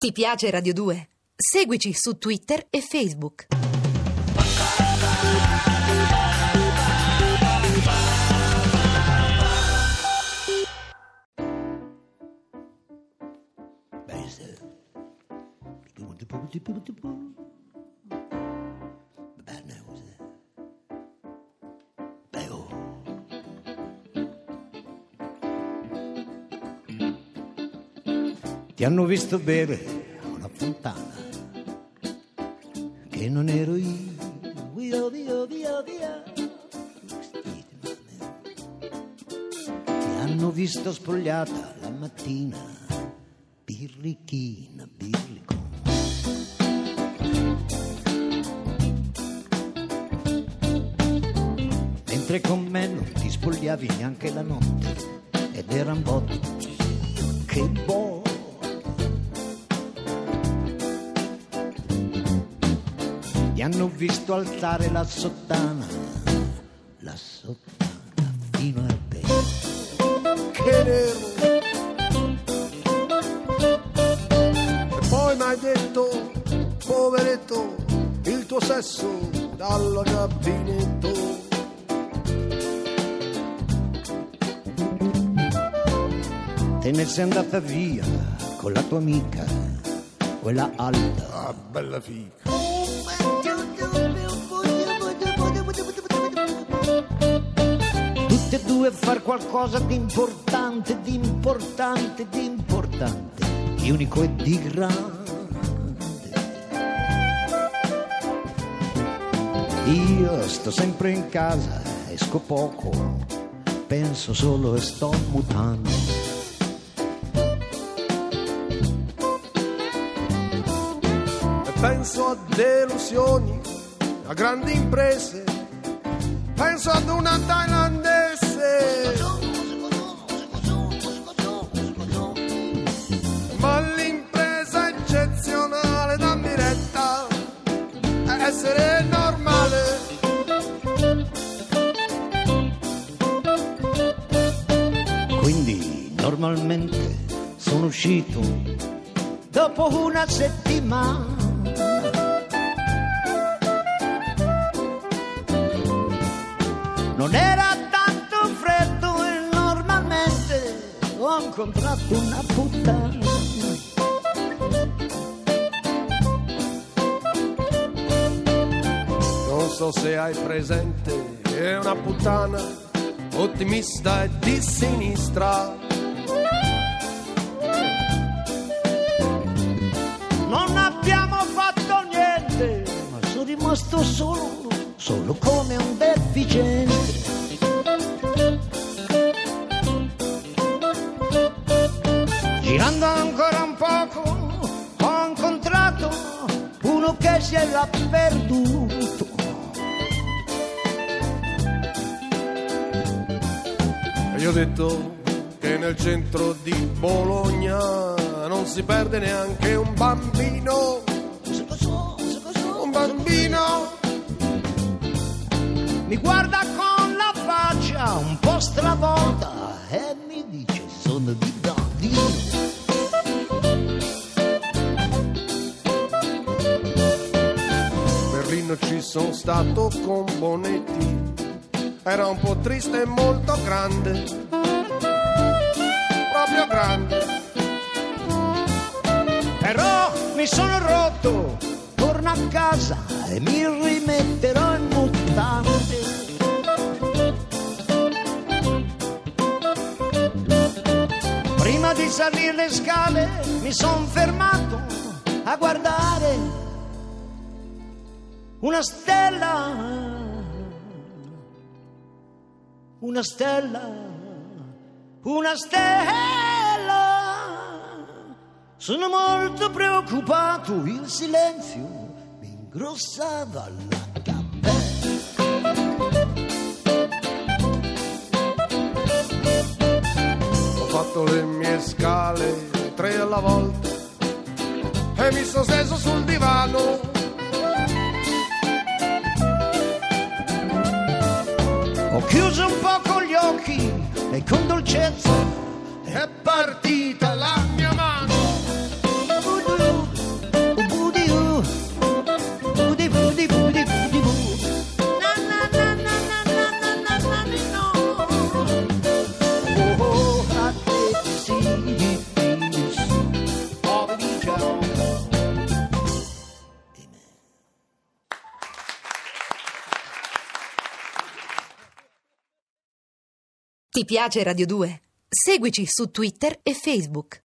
Ti piace Radio 2? Seguici su Twitter e Facebook. Ti hanno visto bere a una fontana che non ero io, via. Ti hanno visto spogliata la mattina, birrichina, birrico. Mentre con me non ti spogliavi neanche la notte ed era un botto, che boh. Ti hanno visto alzare la sottana fino al petto, che nero. E poi mi hai detto, poveretto, il tuo sesso dal gabinetto. Te ne sei andata via con la tua amica, quella alta, Ah, bella figa. tutte e due a far qualcosa di importante, di unico e di grande. Io sto sempre in casa, esco poco, penso solo e sto mutando. E penso a delusioni, a grandi imprese, penso ad una thailandese. Ma l'impresa eccezionale, dammi retta, è essere normale. Quindi normalmente sono uscito dopo una settimana. Non era tanto freddo e normalmente ho incontrato una puttana. Non so se hai presente, è una puttana ottimista e di sinistra. Non abbiamo fatto niente, ma sono rimasto solo come un deficiente. Girando ancora un poco ho incontrato uno che si era perduto. E io ho detto che nel centro di Bologna non si perde neanche un bambino. Un bambino. Mi guarda con la faccia un po' stravolta e mi dice sono di bambino. Berlino ci sono stato con Bonetti, era un po' triste e molto grande, proprio grande. Però mi sono rotto, torno a casa e mi rimetterò in mutande. Prima di salire le scale mi son fermato a guardare una stella, una stella, una stella. Sono molto preoccupato, il silenzio mi ingrossava la cappella. Ho fatto le mie scale 3 alla volta e mi sono steso sul divano. Ho chiuso un poco gli occhi e con dolcezza È partita la mia mano. Ti piace Radio 2? Seguici su Twitter e Facebook.